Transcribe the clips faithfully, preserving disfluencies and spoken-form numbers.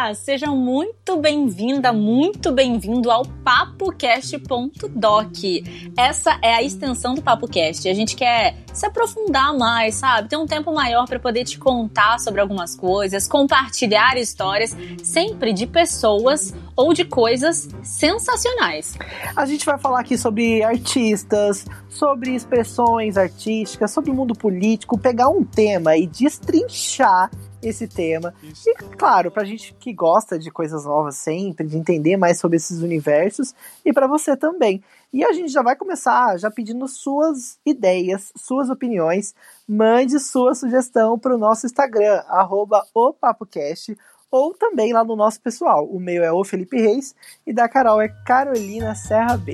Olá, seja muito bem-vinda, muito bem-vindo ao PapoCast.doc. Essa é a extensão do PapoCast. A gente quer se aprofundar mais, sabe? Ter um tempo maior para poder te contar sobre algumas coisas, compartilhar histórias, sempre de pessoas ou de coisas sensacionais. A gente vai falar aqui sobre artistas, sobre expressões artísticas, sobre o mundo político, pegar um tema e destrinchar esse tema. E, claro, pra gente que gosta de coisas novas sempre, de entender mais sobre esses universos, e pra você também. E a gente já vai começar já pedindo suas ideias, suas opiniões. Mande sua sugestão pro nosso Instagram, arroba o PapoCast, ou também lá no nosso pessoal. O meu é o Felipe Reis e da Carol é Carolina Serra B.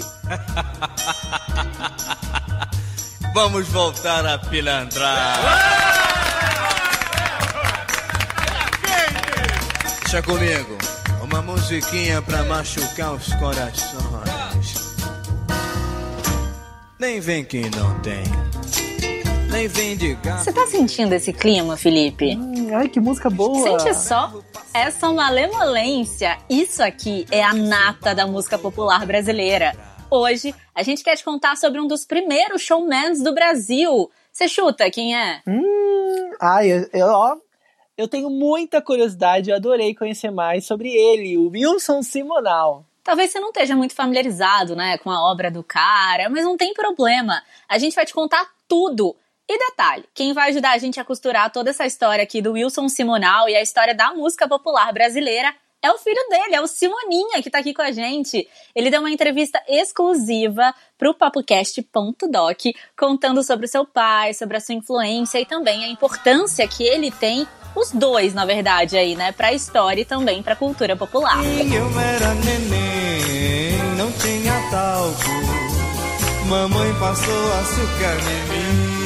Vamos voltar a pilantrar. Deixa comigo, uma musiquinha pra machucar os corações. Nem vem que não tem, nem vem de gato. Você tá sentindo esse clima, Felipe? Hum, ai, que música boa! Sente só essa malemolência. Isso aqui é a nata da música popular brasileira. Hoje, a gente quer te contar sobre um dos primeiros showmans do Brasil. Você chuta quem é? Hum, ai, eu, eu, ó, eu tenho muita curiosidade, eu adorei conhecer mais sobre ele, o Wilson Simonal. Talvez você não esteja muito familiarizado, né, com a obra do cara, mas não tem problema. A gente vai te contar tudo. E detalhe, quem vai ajudar a gente a costurar toda essa história aqui do Wilson Simonal e a história da música popular brasileira é o filho dele, é o Simoninha, que tá aqui com a gente. Ele deu uma entrevista exclusiva pro PapoCast.doc, contando sobre o seu pai, sobre a sua influência e também a importância que ele tem, os dois, na verdade, aí, né, pra história e também pra cultura popular. Eu era neném, não tinha talco, mamãe passou açúcar em mim.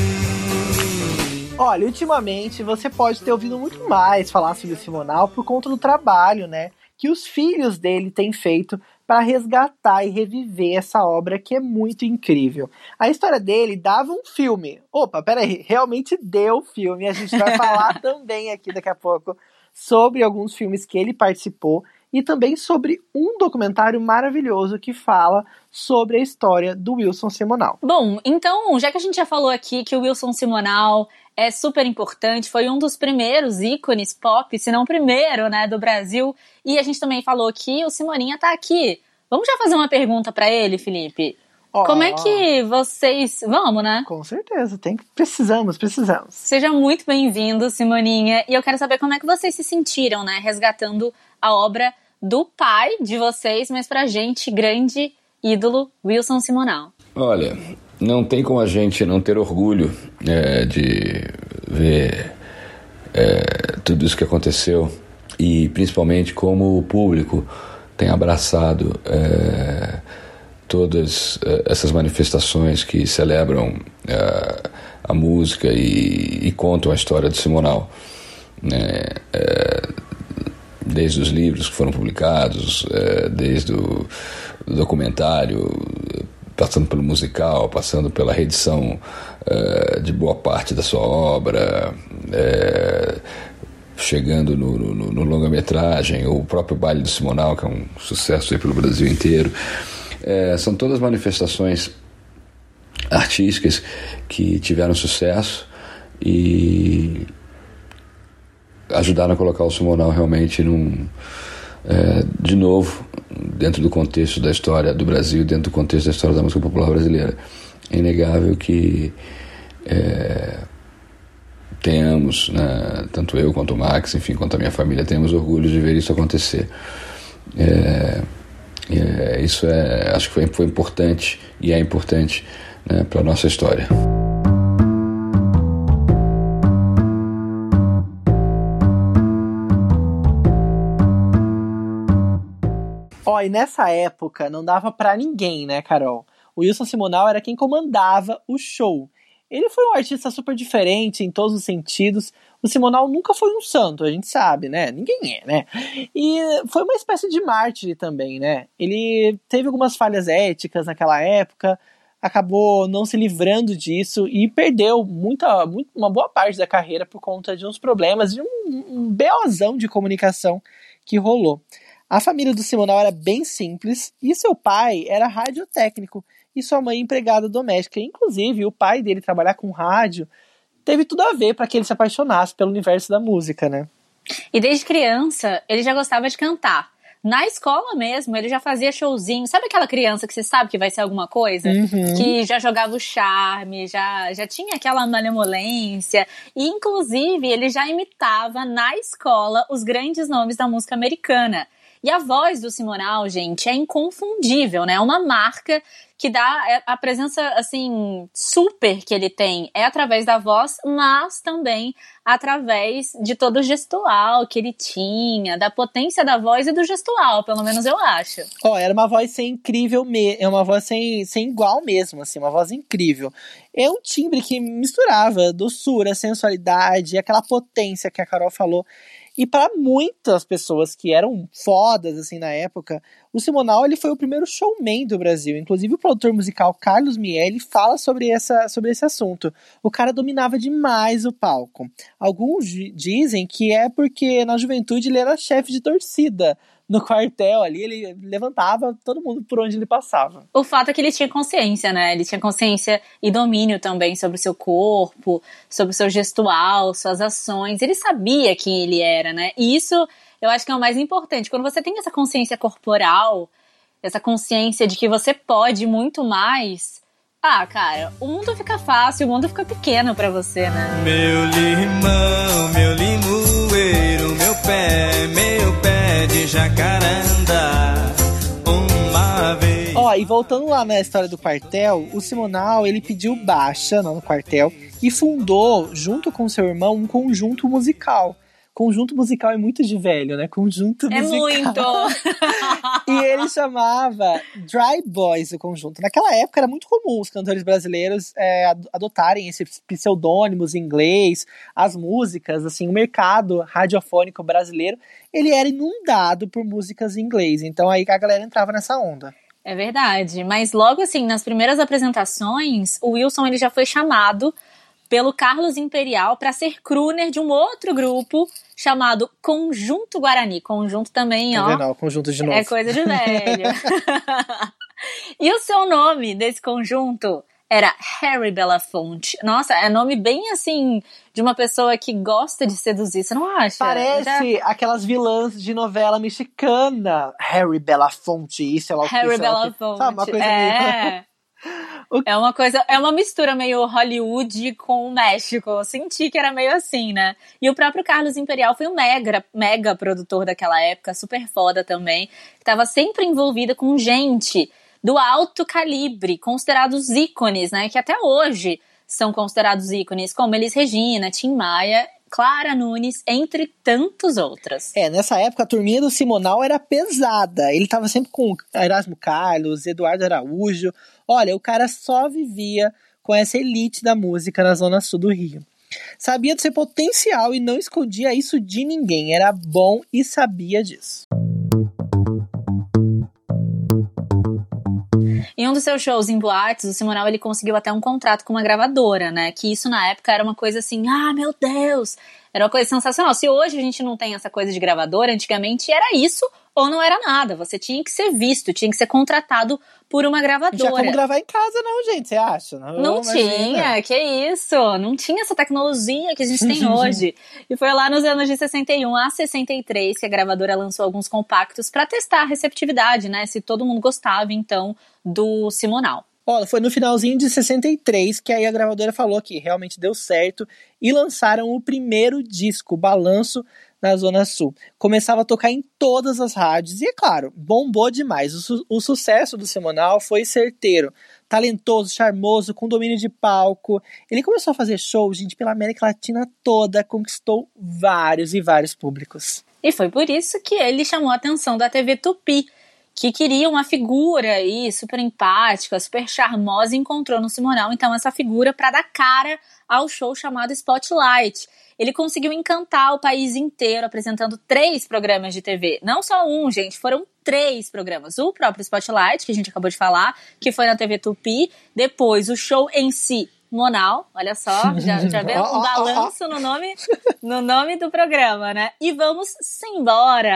Olha, ultimamente você pode ter ouvido muito mais falar sobre o Simonal por conta do trabalho, né, que os filhos dele têm feito para resgatar e reviver essa obra que é muito incrível. A história dele dava um filme. Opa, peraí, realmente deu filme. A gente vai falar também aqui daqui a pouco sobre alguns filmes que ele participou e também sobre um documentário maravilhoso que fala sobre a história do Wilson Simonal. Bom, então, já que a gente já falou aqui que o Wilson Simonal é super importante, foi um dos primeiros ícones pop, se não o primeiro, né, do Brasil, e a gente também falou que o Simoninha tá aqui. Vamos já fazer uma pergunta pra ele, Felipe? Oh, Como é que vocês... Vamos, né? Com certeza, tem que... precisamos, precisamos. Seja muito bem-vindo, Simoninha, e eu quero saber como é que vocês se sentiram, né, resgatando a obra do pai de vocês, mas pra gente, grande ídolo, Wilson Simonal. Olha, não tem como a gente não ter orgulho é, de ver é, tudo isso que aconteceu e principalmente como o público tem abraçado é, todas é, essas manifestações que celebram é, a música e, e contam a história do Simonal. É, é, desde os livros que foram publicados, é, desde o documentário, passando pelo musical, passando pela reedição é, de boa parte da sua obra, é, chegando no, no, no longa-metragem, ou o próprio Baile do Simonal, que é um sucesso aí pelo Brasil inteiro. É, são todas manifestações artísticas que tiveram sucesso e ajudaram a colocar o Simonal realmente num, é, de novo dentro do contexto da história do Brasil, dentro do contexto da história da música popular brasileira. É inegável que é, tenhamos, né, tanto eu quanto o Max, enfim, quanto a minha família, tenhamos orgulho de ver isso acontecer. É, é, isso é, acho que foi, foi importante e é importante, né, para a nossa história. Ó, e nessa época não dava pra ninguém, né, Carol? O Wilson Simonal era quem comandava o show. Ele foi um artista super diferente em todos os sentidos. O Simonal nunca foi um santo, a gente sabe, né? Ninguém é, né? E foi uma espécie de mártir também, né? Ele teve algumas falhas éticas naquela época, acabou não se livrando disso e perdeu muita, muito, uma boa parte da carreira por conta de uns problemas, de um, um BOzão de comunicação que rolou. A família do Simonal era bem simples e seu pai era radiotécnico e sua mãe empregada doméstica. Inclusive, o pai dele trabalhar com rádio teve tudo a ver para que ele se apaixonasse pelo universo da música, né? E desde criança, ele já gostava de cantar. Na escola mesmo, ele já fazia showzinho. Sabe aquela criança que você sabe que vai ser alguma coisa? Uhum. Que já jogava o charme, já, já tinha aquela malemolência. E, inclusive, ele já imitava na escola os grandes nomes da música americana. E a voz do Simonal, gente, é inconfundível, né? É uma marca que dá a presença, assim, super que ele tem. É através da voz, mas também através de todo o gestual que ele tinha, da potência da voz e do gestual, pelo menos eu acho. Ó, oh, era uma voz sem incrível, me- é uma voz sem, sem igual mesmo, assim, uma voz incrível. É um timbre que misturava doçura, sensualidade, aquela potência que a Carol falou. E para muitas pessoas que eram fodas, assim, na época, o Simonal, ele foi o primeiro showman do Brasil. Inclusive, o produtor musical Carlos Miele fala sobre, essa, sobre esse assunto. O cara dominava demais o palco. Alguns dizem que é porque, na juventude, ele era chefe de torcida. No quartel ali, ele levantava todo mundo por onde ele passava. O fato é que ele tinha consciência, né? Ele tinha consciência e domínio também sobre o seu corpo, sobre o seu gestual, suas ações. Ele sabia quem ele era, né? E isso eu acho que é o mais importante. Quando você tem essa consciência corporal, essa consciência de que você pode muito mais, ah, cara, o mundo fica fácil, o mundo fica pequeno pra você, né? Meu limão, meu limoeiro, meu pé, meu pé de jacarandá, uma vez... Ó, e voltando lá na história do quartel, o Simonal, ele pediu baixa no quartel e fundou, junto com seu irmão, um conjunto musical. Conjunto musical é muito de velho, né? Conjunto é musical. É muito! E ele chamava Dry Boys o conjunto. Naquela época era muito comum os cantores brasileiros é, adotarem esses pseudônimos em inglês, as músicas, assim, o mercado radiofônico brasileiro, ele era inundado por músicas em inglês. Então aí a galera entrava nessa onda. É verdade, mas logo assim, nas primeiras apresentações, o Wilson ele já foi chamado pelo Carlos Imperial para ser crooner de um outro grupo chamado Conjunto Guarani. Conjunto também, tá ó. Vendo? Conjunto de novo. É coisa de velho. E o seu nome desse conjunto era Harry Belafonte. Nossa, é nome bem assim de uma pessoa que gosta de seduzir, você não acha? Parece Já... aquelas vilãs de novela mexicana. Harry Belafonte, isso é lá o que Harry Belafonte. Sabe, uma coisa é. meio... É uma coisa, é uma mistura meio Hollywood com o México. Eu senti que era meio assim, né? E o próprio Carlos Imperial foi um mega, mega produtor daquela época, super foda também, que tava sempre envolvida com gente do alto calibre, considerados ícones, né? Que até hoje são considerados ícones, como Elis Regina, Tim Maia, Clara Nunes, entre tantos outros. É, nessa época a turminha do Simonal era pesada. Ele tava sempre com Erasmo Carlos, Eduardo Araújo. Olha, o cara só vivia com essa elite da música na zona sul do Rio. Sabia do seu potencial e não escondia isso de ninguém. Era bom e sabia disso. Em um dos seus shows em boates, o Simonal ele conseguiu até um contrato com uma gravadora, né? Que isso na época era uma coisa assim, ah, meu Deus! Era uma coisa sensacional. Se hoje a gente não tem essa coisa de gravadora, antigamente era isso ou não era nada. Você tinha que ser visto, tinha que ser contratado por uma gravadora. Não tinha como gravar em casa não, gente, você acha? Não, não tinha, que isso. Não tinha essa tecnologia que a gente tem hoje. E foi lá nos anos de sessenta e um a sessenta e três que a gravadora lançou alguns compactos para testar a receptividade, né? Se todo mundo gostava, então, do Simonal. Olha, foi no finalzinho de sessenta e três que aí a gravadora falou que realmente deu certo e lançaram o primeiro disco, Balanço, na Zona Sul. Começava a tocar em todas as rádios e, é claro, bombou demais. O, su- o sucesso do Simonal foi certeiro. Talentoso, charmoso, com domínio de palco. Ele começou a fazer shows, gente, pela América Latina toda, conquistou vários e vários públicos. E foi por isso que ele chamou a atenção da T V Tupi, que queria uma figura aí super empática, super charmosa, e encontrou no Simonal, então, essa figura para dar cara ao show chamado Spotlight. Ele conseguiu encantar o país inteiro apresentando três programas de T V. Não só um, gente, foram três programas. O próprio Spotlight, que a gente acabou de falar, que foi na T V Tupi. Depois, o show em si, Monal, olha só, já, já vê um balanço no nome, no nome do programa, né? E vamos embora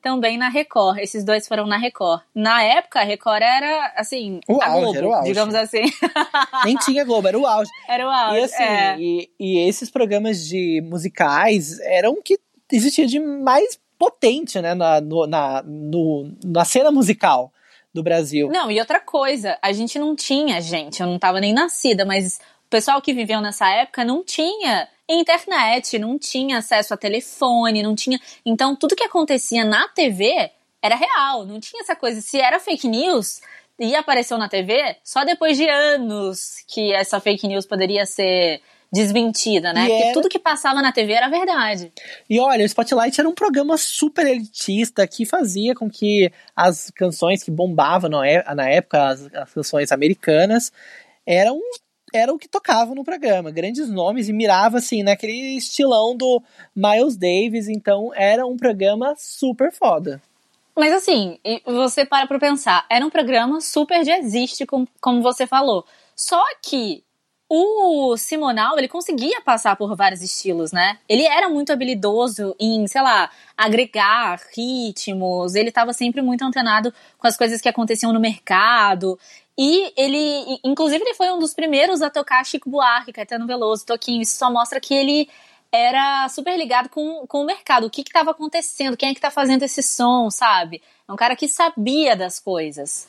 também na Record. Esses dois foram na Record. Na época, a Record era, assim, o a auge, Globo, era o auge. digamos assim. Nem tinha Globo, era o auge. Era o auge, E assim, é. e, e esses programas de musicais eram o que existia de mais potente, né, na, no, na, no, na cena musical do Brasil. Não, e outra coisa, a gente não tinha, gente, eu não tava nem nascida, mas o pessoal que viveu nessa época não tinha internet, não tinha acesso a telefone, não tinha... Então, tudo que acontecia na T V era real, não tinha essa coisa. Se era fake news e apareceu na T V, só depois de anos que essa fake news poderia ser desmentida, né? E Porque era... tudo que passava na T V era verdade. E olha, o Spotlight era um programa super elitista que fazia com que as canções que bombavam na época, as, as canções americanas, eram... era o que tocava no programa, grandes nomes, e mirava assim, naquele estilão do Miles Davis, então era um programa super foda. Mas assim, você para pra pensar, era um programa super jazzístico, como você falou, só que o Simonal, ele conseguia passar por vários estilos, né? Ele era muito habilidoso em, sei lá, agregar ritmos, ele estava sempre muito antenado com as coisas que aconteciam no mercado. E ele, inclusive, ele foi um dos primeiros a tocar Chico Buarque, Caetano Veloso, Toquinho. Isso só mostra que ele era super ligado com, com o mercado. O que estava acontecendo, quem é que tá fazendo esse som, sabe? É um cara que sabia das coisas.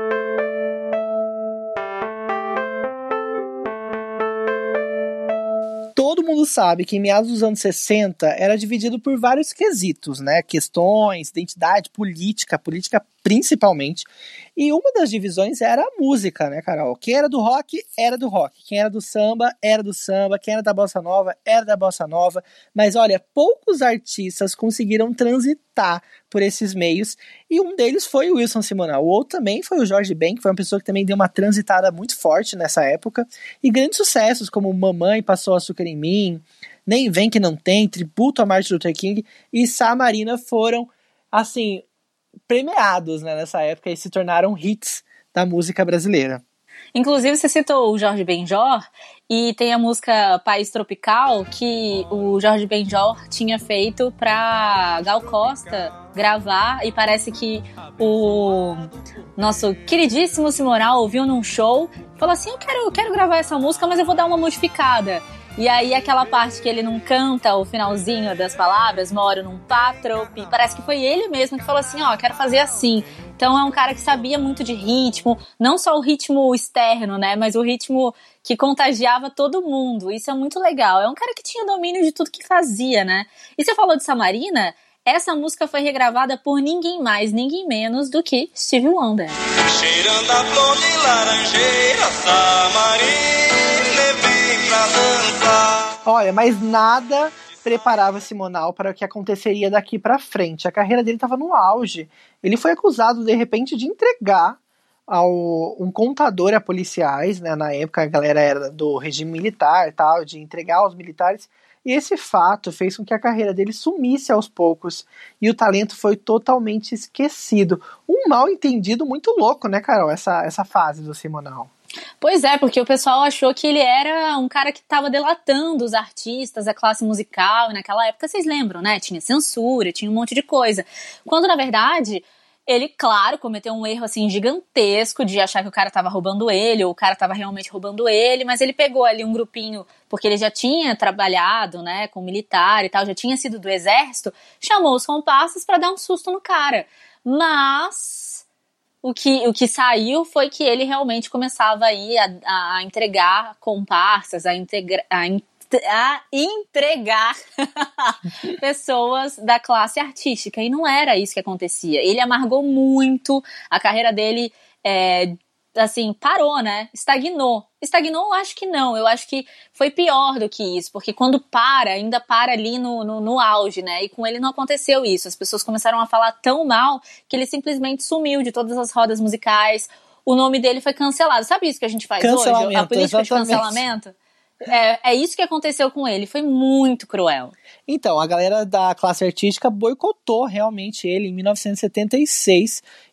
Todo mundo sabe que em meados dos anos sessenta era dividido por vários quesitos, né? Questões, identidade, política, política principalmente. E uma das divisões era a música, né, Carol? Quem era do rock, era do rock. Quem era do samba, era do samba. Quem era da bossa nova, era da bossa nova. Mas olha, poucos artistas conseguiram transitar por esses meios. E um deles foi o Wilson Simonal. O outro também foi o Jorge Ben, que foi uma pessoa que também deu uma transitada muito forte nessa época. E grandes sucessos como Mamãe Passou Açúcar em Mim, Nem Vem Que Não Tem, Tributo a Martin Luther King e Samarina foram, assim, premiados, né, nessa época e se tornaram hits da música brasileira. Inclusive, você citou o Jorge Benjor, e tem a música País Tropical, que o Jorge Benjor tinha feito pra Gal Costa gravar, e parece que o nosso queridíssimo Simonal ouviu num show, falou assim, eu quero, eu quero gravar essa música, mas eu vou dar uma modificada. E aí aquela parte que ele não canta o finalzinho das palavras, moro num patropi, parece que foi ele mesmo que falou assim, ó, quero fazer assim. Então é um cara que sabia muito de ritmo, não só o ritmo externo, né, mas o ritmo que contagiava todo mundo. Isso é muito legal. É um cara que tinha domínio de tudo que fazia, né. E você falou de Samarina, essa música foi regravada por ninguém mais, ninguém menos do que Stevie Wonder. Cheirando a flor de laranjeira, Samarina, vem pra dançar. Olha, mas nada preparava Simonal para o que aconteceria daqui para frente. A carreira dele estava no auge. Ele foi acusado, de repente, de entregar ao, um contador a policiais, né? Na época a galera era do regime militar e tal, de entregar aos militares. E esse fato fez com que a carreira dele sumisse aos poucos. E o talento foi totalmente esquecido. Um mal entendido muito louco, né, Carol? Essa, essa fase do Simonal. Pois é, porque o pessoal achou que ele era um cara que estava delatando os artistas, a classe musical, e naquela época, vocês lembram, né? Tinha censura, tinha um monte de coisa. Quando, na verdade, ele, claro, cometeu um erro, assim, gigantesco de achar que o cara estava roubando ele, ou o cara estava realmente roubando ele, mas ele pegou ali um grupinho, porque ele já tinha trabalhado, né, com militar e tal, já tinha sido do exército, chamou os comparsas para dar um susto no cara. Mas... O que, o que saiu foi que ele realmente começava aí a, a entregar comparsas, a, integra, a, a entregar pessoas da classe artística. E não era isso que acontecia. Ele amargou muito, a carreira dele, é, assim, parou, né? Estagnou. Estagnou, eu acho que não. Eu acho que foi pior do que isso, porque quando para, ainda para ali no, no, no auge, né? E com ele não aconteceu isso. As pessoas começaram a falar tão mal que ele simplesmente sumiu de todas as rodas musicais. O nome dele foi cancelado. Sabe isso que a gente faz hoje? A política exatamente. de cancelamento? É, é isso que aconteceu com ele. Foi muito cruel. Então, a galera da classe artística boicotou realmente ele em mil novecentos e setenta e seis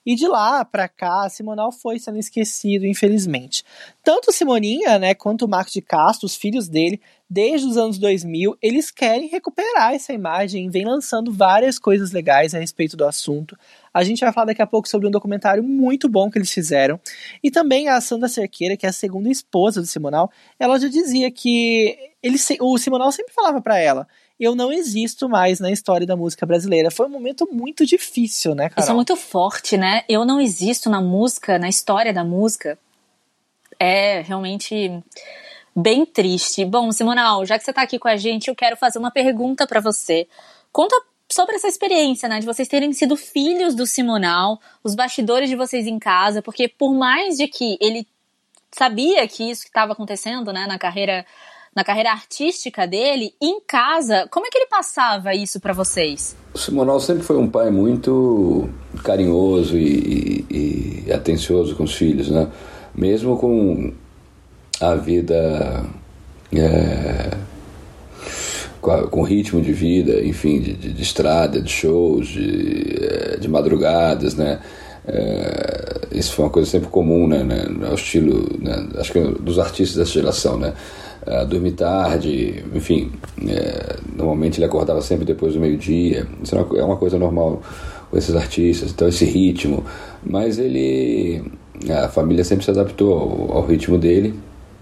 E de lá pra cá, Simonal foi sendo esquecido, infelizmente. Tanto Simoninha, né, quanto o Marcos de Castro, os filhos dele, desde os anos dois mil, eles querem recuperar essa imagem e vem lançando várias coisas legais a respeito do assunto. A gente vai falar daqui a pouco sobre um documentário muito bom que eles fizeram. E também a Sandra Cerqueira, que é a segunda esposa do Simonal, ela já dizia que ele, o Simonal sempre falava pra ela: eu não existo mais na história da música brasileira. Foi um momento muito difícil, né, Carol? Isso é muito forte, né? Eu não existo na música, na história da música. É realmente bem triste. Bom, Simonal, já que você tá aqui com a gente, eu quero fazer uma pergunta pra você. Conta sobre essa experiência, né, de vocês terem sido filhos do Simonal, os bastidores de vocês em casa, porque por mais de que ele sabia que isso estava acontecendo, né, na carreira, na carreira artística dele, em casa, como é que ele passava isso pra vocês? O Simonal sempre foi um pai muito carinhoso e, e, e atencioso com os filhos, né, mesmo com a vida... É... com ritmo de vida, enfim, de, de, de estrada, de shows, de, de madrugadas, né? É, isso foi uma coisa sempre comum, né? né ao estilo, né? Acho que dos artistas dessa geração, né? É, dormir tarde, enfim, é, normalmente ele acordava sempre depois do meio-dia. Isso é uma, é uma coisa normal com esses artistas, então esse ritmo. Mas ele, a família sempre se adaptou ao, ao ritmo dele.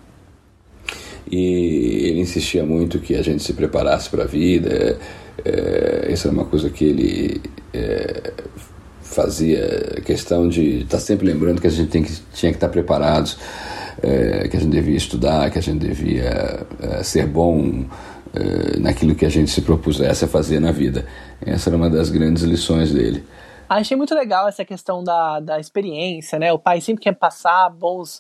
E ele insistia muito que a gente se preparasse para a vida. É, essa era uma coisa que ele é, fazia questão de estar sempre lembrando que a gente tem que, tinha que estar preparados, é, que a gente devia estudar, que a gente devia é, ser bom é, naquilo que a gente se propusesse a fazer na vida. Essa era uma das grandes lições dele. Achei muito legal essa questão da, da experiência, né? O pai sempre quer passar bons...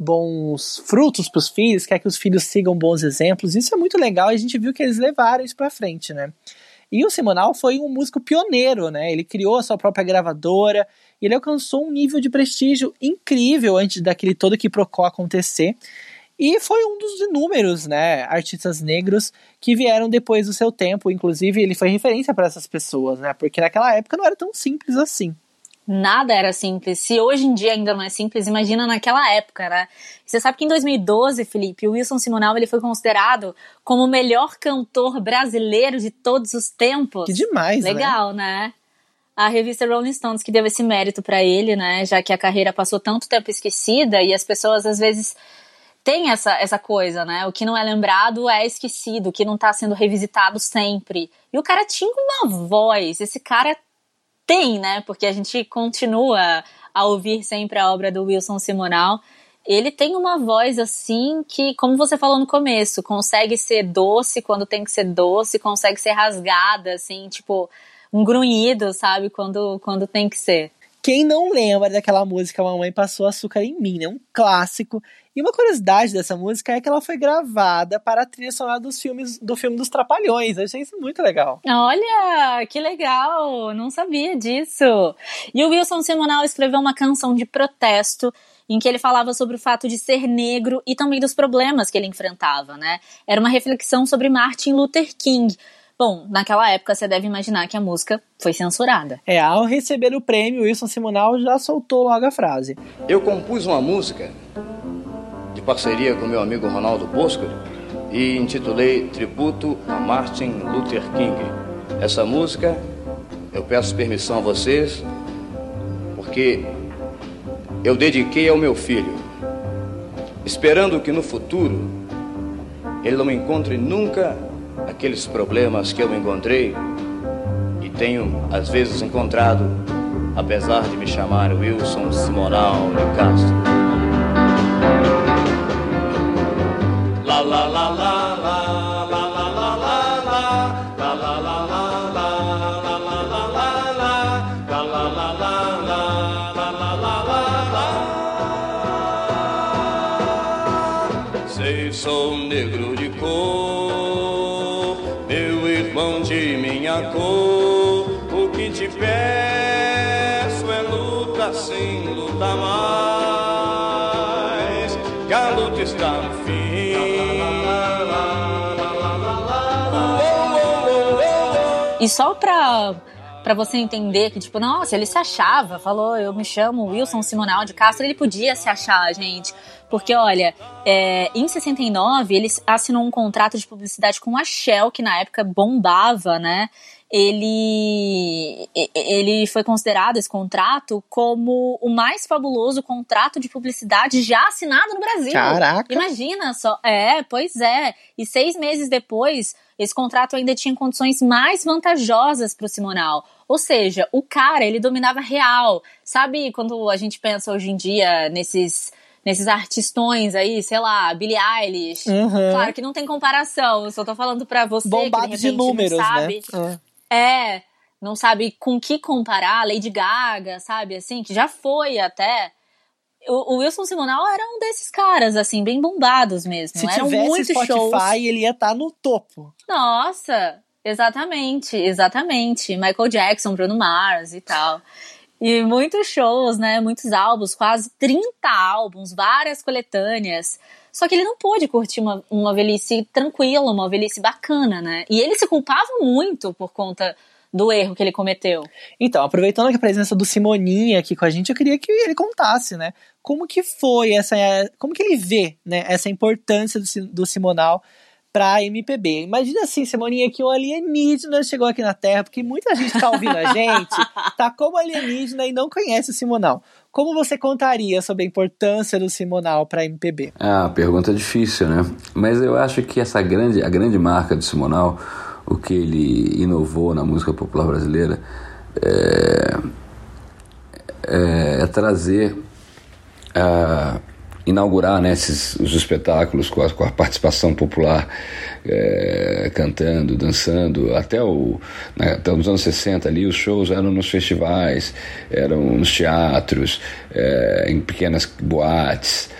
bons frutos para os filhos, quer que os filhos sigam bons exemplos. Isso é muito legal e a gente viu que eles levaram isso para frente, né? E o Simonal foi um músico pioneiro, né? Ele criou a sua própria gravadora, ele alcançou um nível de prestígio incrível antes daquele todo quiprocó acontecer, e foi um dos inúmeros, né, artistas negros que vieram depois do seu tempo. Inclusive ele foi referência para essas pessoas, né? Porque naquela época não era tão simples assim. Nada era simples. Se hoje em dia ainda não é simples, imagina naquela época, né? Você sabe que em dois mil e doze, Felipe, o Wilson Simonal ele foi considerado como o melhor cantor brasileiro de todos os tempos. Que demais, Legal, né? né? A revista Rolling Stones que deu esse mérito pra ele, né? Já que a carreira passou tanto tempo esquecida e as pessoas às vezes têm essa, essa coisa, né? O que não é lembrado é esquecido, o que não tá sendo revisitado sempre. E o cara tinha uma voz, esse cara tem, né? Porque a gente continua a ouvir sempre a obra do Wilson Simonal. Ele tem uma voz assim que, como você falou no começo, consegue ser doce quando tem que ser doce, consegue ser rasgada, assim, tipo, um grunhido, sabe? Quando, quando tem que ser. Quem não lembra daquela música Mamãe Passou Açúcar em Mim, né? Um clássico. E uma curiosidade dessa música é que ela foi gravada para a trilha sonora dos filmes, do filme dos Trapalhões. Eu achei isso muito legal. Olha, que legal! Não sabia disso. E o Wilson Simonal escreveu uma canção de protesto em que ele falava sobre o fato de ser negro e também dos problemas que ele enfrentava, né? Era uma reflexão sobre Martin Luther King. Bom, naquela época você deve imaginar que a música foi censurada. É, ao receber o prêmio, Wilson Simonal já soltou logo a frase. Eu compus uma música de parceria com meu amigo Ronaldo Bosco e intitulei Tributo a Martin Luther King. Essa música eu peço permissão a vocês porque eu dediquei ao meu filho, esperando que no futuro ele não encontre nunca aqueles problemas que eu encontrei e tenho às vezes encontrado, apesar de me chamar Wilson Simonal de Castro. La la la la la la la la la la la la la la la la la la. Sei, sou negro de cor, meu irmão de minha cor. O que te peço é luta sem luta mais, que a luta está no fim. E só pra, pra você entender que, tipo, nossa, ele se achava, falou, eu me chamo Wilson Simonal de Castro, ele podia se achar, gente. Porque, olha, é, em sessenta e nove, ele assinou um contrato de publicidade com a Shell, que na época bombava, né? Ele, ele foi considerado, esse contrato, como o mais fabuloso contrato de publicidade já assinado no Brasil. Caraca! Imagina só. É, pois é. E seis meses depois, esse contrato ainda tinha condições mais vantajosas para o Simonal. Ou seja, o cara, ele dominava real. Sabe quando a gente pensa hoje em dia nesses... nesses artistões aí, sei lá, Billie Eilish. Uhum. Claro que não tem comparação, eu só tô falando pra você bombado que de repente de números, não sabe. Né? É, não sabe com que comparar, Lady Gaga, sabe, assim, que já foi até. O, o Wilson Simonal era um desses caras, assim, bem bombados mesmo. Se Eram tivesse muitos Spotify, shows. ele ia estar no topo. Nossa, exatamente, exatamente. Michael Jackson, Bruno Mars e tal. E muitos shows, né, muitos álbuns, quase trinta álbuns, várias coletâneas. Só que ele não pôde curtir uma, uma velhice tranquila, uma velhice bacana, né? E ele se culpava muito por conta do erro que ele cometeu. Então, aproveitando a presença do Simoninha aqui com a gente, eu queria que ele contasse, né? Como que foi essa... Como que ele vê, né, essa importância do, do Simonal pra M P B. Imagina assim, Simoninha, que um alienígena chegou aqui na Terra, porque muita gente tá ouvindo a gente, tá como alienígena e não conhece o Simonal. Como você contaria sobre a importância do Simonal pra M P B? Ah, pergunta difícil, né? Mas eu acho que essa grande, a grande marca do Simonal, o que ele inovou na música popular brasileira, é, é, é trazer a... inaugurar, né, esses, os espetáculos com a, com a participação popular, é, cantando, dançando, até, o, né, até os anos sessenta ali, os shows eram nos festivais, eram nos teatros, é, em pequenas boates,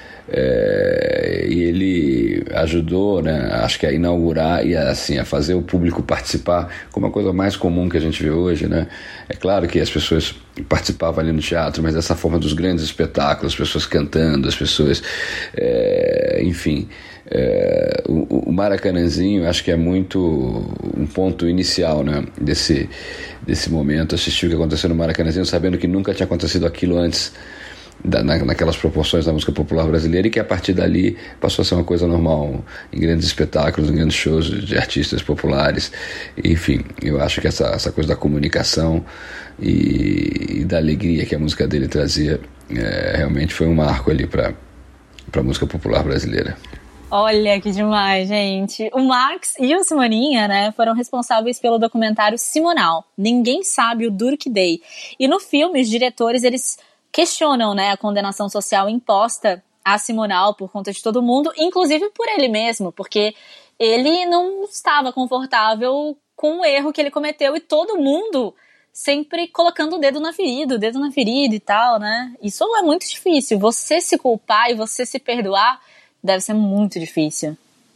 é, e ele ajudou, né, acho que a inaugurar e a, assim, a fazer o público participar como uma coisa mais comum que a gente vê hoje, né? É claro que as pessoas participavam ali no teatro, mas dessa forma dos grandes espetáculos, as pessoas cantando, as pessoas, é, enfim, é, o, o Maracanãzinho acho que é muito um ponto inicial, né, desse, desse momento, assistir o que aconteceu no Maracanãzinho sabendo que nunca tinha acontecido aquilo antes, Da, na, naquelas proporções da música popular brasileira, e que a partir dali passou a ser uma coisa normal em grandes espetáculos, em grandes shows de artistas populares. Enfim, eu acho que essa, essa coisa da comunicação e, e da alegria que a música dele trazia, é, realmente foi um marco ali para a música popular brasileira. Olha que demais, gente. O Max e o Simoninha, né, foram responsáveis pelo documentário Simonal, Ninguém Sabe o Duro Que Dei. E no filme, os diretores, eles questionam, né, a condenação social imposta a Simonal por conta de todo mundo, inclusive por ele mesmo, porque ele não estava confortável com o erro que ele cometeu e todo mundo sempre colocando o dedo na ferida, o dedo na ferida e tal, né? Isso é muito difícil. Você se culpar e você se perdoar deve ser muito difícil.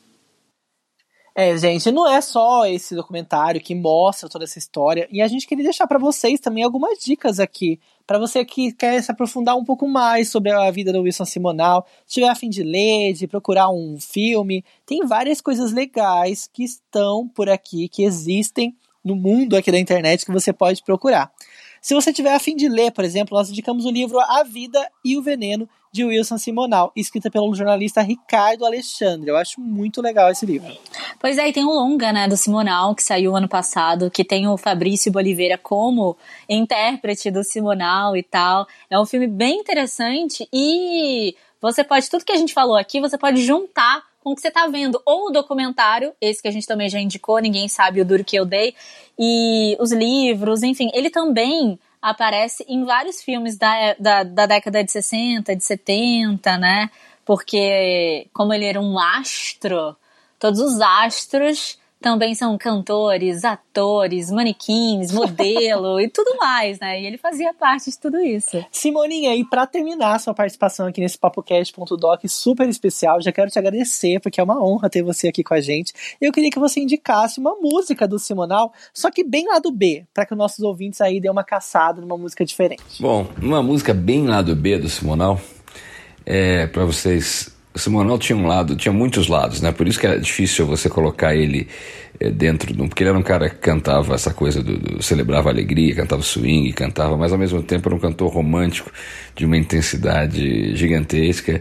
É, gente, não é só esse documentário que mostra toda essa história, e a gente queria deixar pra vocês também algumas dicas aqui, pra você que quer se aprofundar um pouco mais sobre a vida do Wilson Simonal, se tiver a fim de ler, de procurar um filme, tem várias coisas legais que estão por aqui, que existem no mundo aqui da internet que você pode procurar. Se você tiver a fim de ler, por exemplo, nós indicamos o livro A Vida e o Veneno, de Wilson Simonal, escrita pelo jornalista Ricardo Alexandre. Eu acho muito legal esse livro. Pois é, e tem o longa, né, do Simonal, que saiu ano passado, que tem o Fabrício Boliveira como intérprete do Simonal e tal. É um filme bem interessante e você pode, tudo que a gente falou aqui, você pode juntar com o que você tá vendo, ou o documentário, esse que a gente também já indicou, Ninguém Sabe o Duro Que Eu Dei, e os livros, enfim, ele também aparece em vários filmes da, da, da década de sessenta, de setenta, né? Porque, como ele era um astro, todos os astros também são cantores, atores, manequins, modelo e tudo mais, né? E ele fazia parte de tudo isso. Simoninha, e pra terminar sua participação aqui nesse PapoCast.doc super especial, já quero te agradecer, porque é uma honra ter você aqui com a gente. Eu queria que você indicasse uma música do Simonal, só que bem lado B, para que os nossos ouvintes aí dêem uma caçada numa música diferente. Bom, uma música bem lado B do Simonal, é, para vocês o Simonal tinha um lado, tinha muitos lados, né? Por isso que era difícil você colocar ele é, dentro de um... Porque ele era um cara que cantava essa coisa do, do... celebrava a alegria, cantava swing, cantava, mas ao mesmo tempo era um cantor romântico de uma intensidade gigantesca.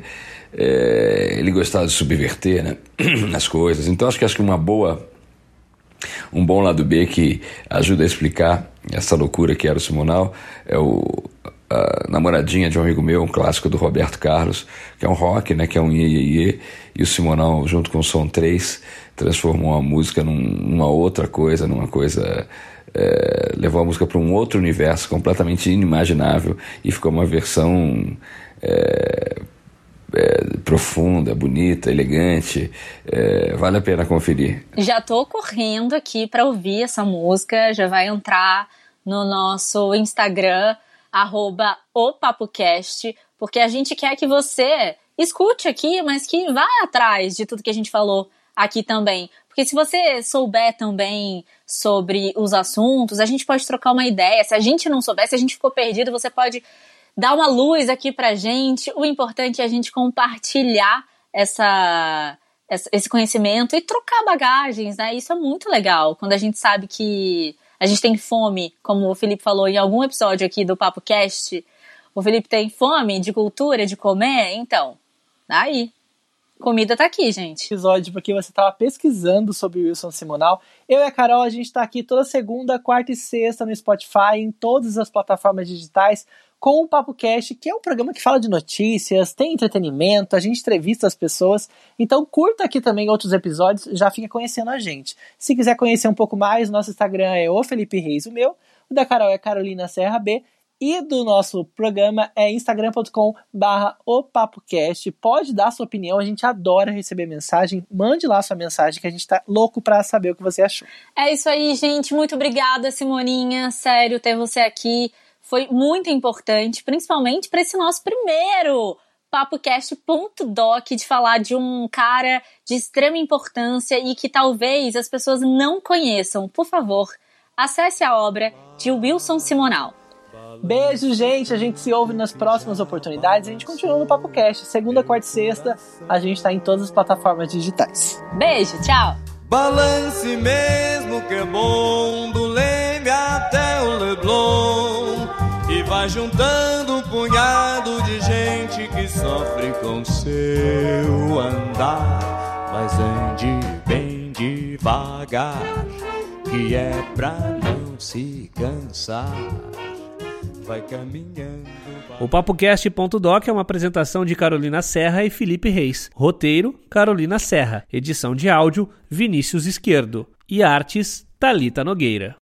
É, ele gostava de subverter, né, as coisas. Então acho que, acho que uma boa... Um bom lado B que ajuda a explicar essa loucura que era o Simonal é o a Namoradinha de um Amigo Meu, um clássico do Roberto Carlos, que é um rock, né, que é um iê, iê, iê, e o Simonal, junto com o Som três, transformou a música num, numa outra coisa, numa coisa... É, levou a música para um outro universo completamente inimaginável e ficou uma versão... É, É, profunda, bonita, elegante, é, vale a pena conferir. Já tô correndo aqui para ouvir essa música, já vai entrar no nosso Instagram, arroba opapocast, porque a gente quer que você escute aqui, mas que vá atrás de tudo que a gente falou aqui também. Porque se você souber também sobre os assuntos, a gente pode trocar uma ideia. Se a gente não souber, se a gente ficou perdido, você pode... dá uma luz aqui pra gente. O importante é a gente compartilhar essa, esse conhecimento e trocar bagagens, né? Isso é muito legal. Quando a gente sabe que a gente tem fome, como o Felipe falou em algum episódio aqui do Papo Cast, o Felipe tem fome de cultura, de comer, então, aí, comida tá aqui, gente. Episódio porque você tava pesquisando sobre o Wilson Simonal. Eu e a Carol, a gente tá aqui toda segunda, quarta e sexta no Spotify, em todas as plataformas digitais, com o Papo Cast, que é um programa que fala de notícias, tem entretenimento, a gente entrevista as pessoas. Então curta aqui também outros episódios, já fica conhecendo a gente. Se quiser conhecer um pouco mais, nosso Instagram é o Felipe Reis, o meu. O da Carol é Carolina Serra B. E do nosso programa é instagram ponto com barra opapocast. Pode dar sua opinião, a gente adora receber mensagem. Mande lá sua mensagem que a gente tá louco pra saber o que você achou. É isso aí, gente. Muito obrigada, Simoninha. Sério, ter você aqui foi muito importante, principalmente para esse nosso primeiro papocast.doc, de falar de um cara de extrema importância e que talvez as pessoas não conheçam. Por favor, acesse a obra de Wilson Simonal. Beijo, gente. A gente se ouve nas próximas oportunidades. A gente continua no PapoCast. Segunda, quarta e sexta, a gente tá em todas as plataformas digitais. Beijo, tchau. Balance mesmo que é bom, do Leme até o Leblon, e vai juntando um punhado de gente que sofre com seu andar. Mas ande bem devagar, que é pra não se cansar. Vai caminhando. O PapoCast.doc é uma apresentação de Carolina Serra e Felipe Reis. Roteiro, Carolina Serra. Edição de áudio, Vinícius Esquerdo. E artes, Thalita Nogueira.